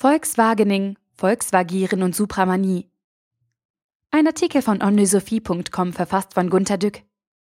Volkswagening, Volkswagieren und Supramanie. Ein Artikel von onlysophie.com, verfasst von Gunter Dück.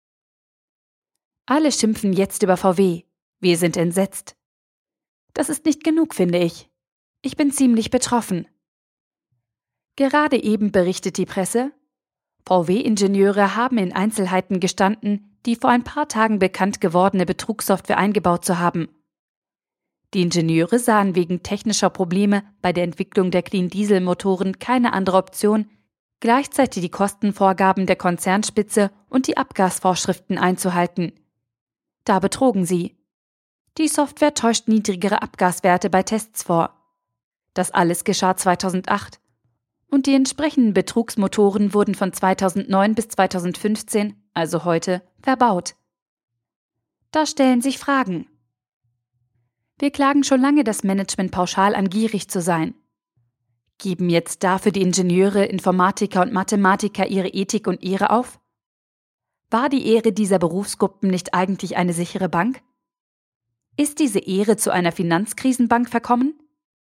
Alle schimpfen jetzt über VW. Wir sind entsetzt. Das ist nicht genug, finde ich. Ich bin ziemlich betroffen. Gerade eben berichtet die Presse, VW-Ingenieure haben in Einzelheiten gestanden, die vor ein paar Tagen bekannt gewordene Betrugssoftware eingebaut zu haben. Die Ingenieure sahen wegen technischer Probleme bei der Entwicklung der Clean-Diesel-Motoren keine andere Option, gleichzeitig die Kostenvorgaben der Konzernspitze und die Abgasvorschriften einzuhalten. Da betrogen sie. Die Software täuscht niedrigere Abgaswerte bei Tests vor. Das alles geschah 2008. Und die entsprechenden Betrugsmotoren wurden von 2009 bis 2015, also heute, verbaut. Da stellen sich Fragen. Wir klagen schon lange das Management pauschal an, gierig zu sein. Geben jetzt dafür die Ingenieure, Informatiker und Mathematiker ihre Ethik und Ehre auf? War die Ehre dieser Berufsgruppen nicht eigentlich eine sichere Bank? Ist diese Ehre zu einer Finanzkrisenbank verkommen?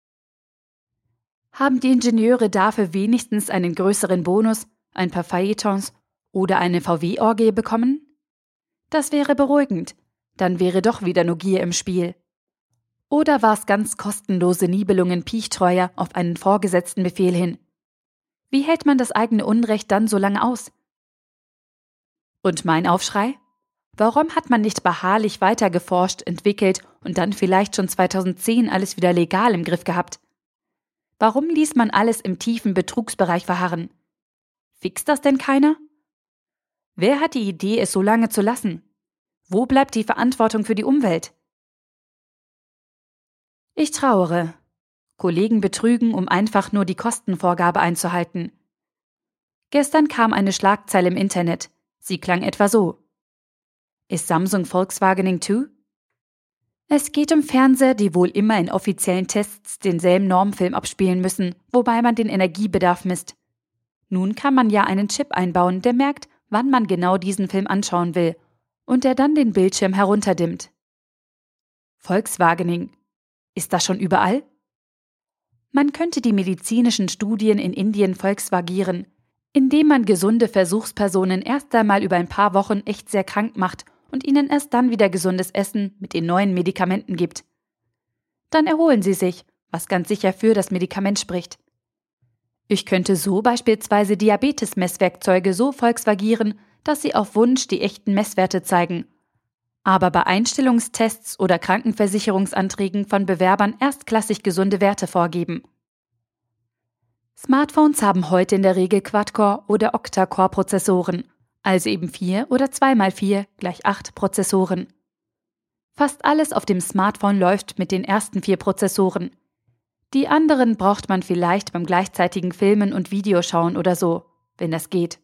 Haben die Ingenieure dafür wenigstens einen größeren Bonus, ein paar Feuilletons oder eine VW-Orgie bekommen? Das wäre beruhigend, dann wäre doch wieder nur Gier im Spiel. Oder war es ganz kostenlose Nibelungen piechtreuer auf einen vorgesetzten Befehl hin? Wie hält man das eigene Unrecht dann so lange aus? Und mein Aufschrei? Warum hat man nicht beharrlich weiter geforscht, entwickelt und dann vielleicht schon 2010 alles wieder legal im Griff gehabt? Warum ließ man alles im tiefen Betrugsbereich verharren? Fixt das denn keiner? Wer hat die Idee, es so lange zu lassen? Wo bleibt die Verantwortung für die Umwelt? Ich trauere. Kollegen betrügen, um einfach nur die Kostenvorgabe einzuhalten. Gestern kam eine Schlagzeile im Internet. Sie klang etwa so: Ist Samsung Volkswagening too? Es geht um Fernseher, die wohl immer in offiziellen Tests denselben Normfilm abspielen müssen, wobei man den Energiebedarf misst. Nun kann man ja einen Chip einbauen, der merkt, wann man genau diesen Film anschauen will und der dann den Bildschirm herunterdimmt. Volkswagening. Ist das schon überall? Man könnte die medizinischen Studien in Indien Volkswagieren, indem man gesunde Versuchspersonen erst einmal über ein paar Wochen echt sehr krank macht und ihnen erst dann wieder gesundes Essen mit den neuen Medikamenten gibt. Dann erholen sie sich, was ganz sicher für das Medikament spricht. Ich könnte so beispielsweise Diabetes-Messwerkzeuge so volkswagieren, dass sie auf Wunsch die echten Messwerte zeigen. Aber bei Einstellungstests oder Krankenversicherungsanträgen von Bewerbern erstklassig gesunde Werte vorgeben. Smartphones haben heute in der Regel Quad-Core- oder Octa-Core-Prozessoren, also eben 4 oder 2x4 = 8 Prozessoren. Fast alles auf dem Smartphone läuft mit den ersten 4 Prozessoren. Die anderen braucht man vielleicht beim gleichzeitigen Filmen und Videoschauen oder so, wenn das geht.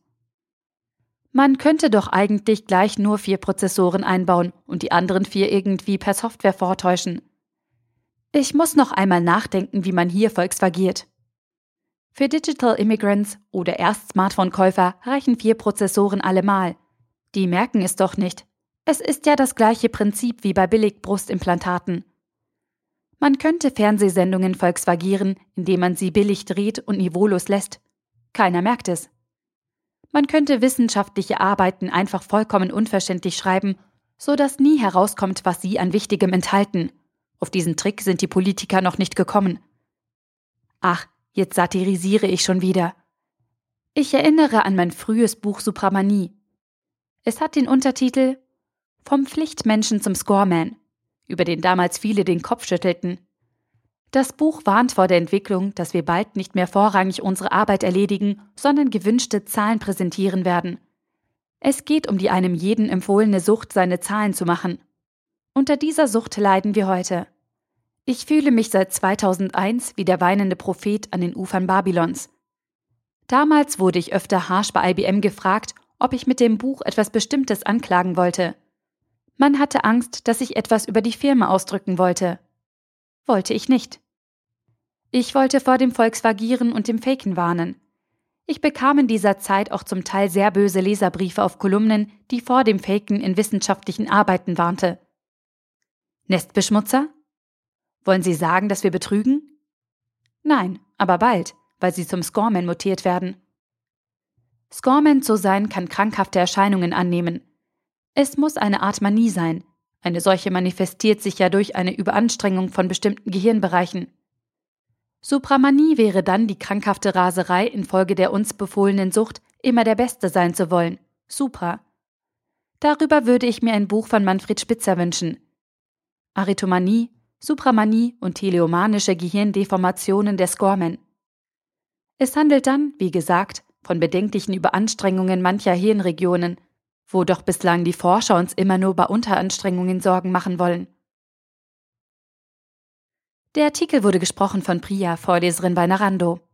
Man könnte doch eigentlich gleich nur 4 Prozessoren einbauen und die anderen 4 irgendwie per Software vortäuschen. Ich muss noch einmal nachdenken, wie man hier volkswagiert. Für Digital Immigrants oder Erst-Smartphone-Käufer reichen 4 Prozessoren allemal. Die merken es doch nicht. Es ist ja das gleiche Prinzip wie bei Billig-Brustimplantaten. Man könnte Fernsehsendungen volkswagieren, indem man sie billig dreht und niveaulos lässt. Keiner merkt es. Man könnte wissenschaftliche Arbeiten einfach vollkommen unverständlich schreiben, so dass nie herauskommt, was sie an Wichtigem enthalten. Auf diesen Trick sind die Politiker noch nicht gekommen. Ach, jetzt satirisiere ich schon wieder. Ich erinnere an mein frühes Buch Supramanie. Es hat den Untertitel »Vom Pflichtmenschen zum Scoreman«, über den damals viele den Kopf schüttelten. Das Buch warnt vor der Entwicklung, dass wir bald nicht mehr vorrangig unsere Arbeit erledigen, sondern gewünschte Zahlen präsentieren werden. Es geht um die einem jeden empfohlene Sucht, seine Zahlen zu machen. Unter dieser Sucht leiden wir heute. Ich fühle mich seit 2001 wie der weinende Prophet an den Ufern Babylons. Damals wurde ich öfter harsch bei IBM gefragt, ob ich mit dem Buch etwas Bestimmtes anklagen wollte. Man hatte Angst, dass ich etwas über die Firma ausdrücken wollte. Wollte ich nicht. Ich wollte vor dem Volkswagieren und dem Faken warnen. Ich bekam in dieser Zeit auch zum Teil sehr böse Leserbriefe auf Kolumnen, die vor dem Faken in wissenschaftlichen Arbeiten warnte. Nestbeschmutzer? Wollen Sie sagen, dass wir betrügen? Nein, aber bald, weil sie zum Scorman mutiert werden. Scorman zu sein kann krankhafte Erscheinungen annehmen. Es muss eine Art Manie sein. Eine solche manifestiert sich ja durch eine Überanstrengung von bestimmten Gehirnbereichen. Supramanie wäre dann die krankhafte Raserei infolge der uns befohlenen Sucht, immer der Beste sein zu wollen. Supra. Darüber würde ich mir ein Buch von Manfred Spitzer wünschen. Arithmanie, Supramanie und teleomanische Gehirndeformationen der Scorman. Es handelt dann, wie gesagt, von bedenklichen Überanstrengungen mancher Hirnregionen, wo doch bislang die Forscher uns immer nur bei Unteranstrengungen Sorgen machen wollen. Der Artikel wurde gesprochen von Priya, Vorleserin bei Narando.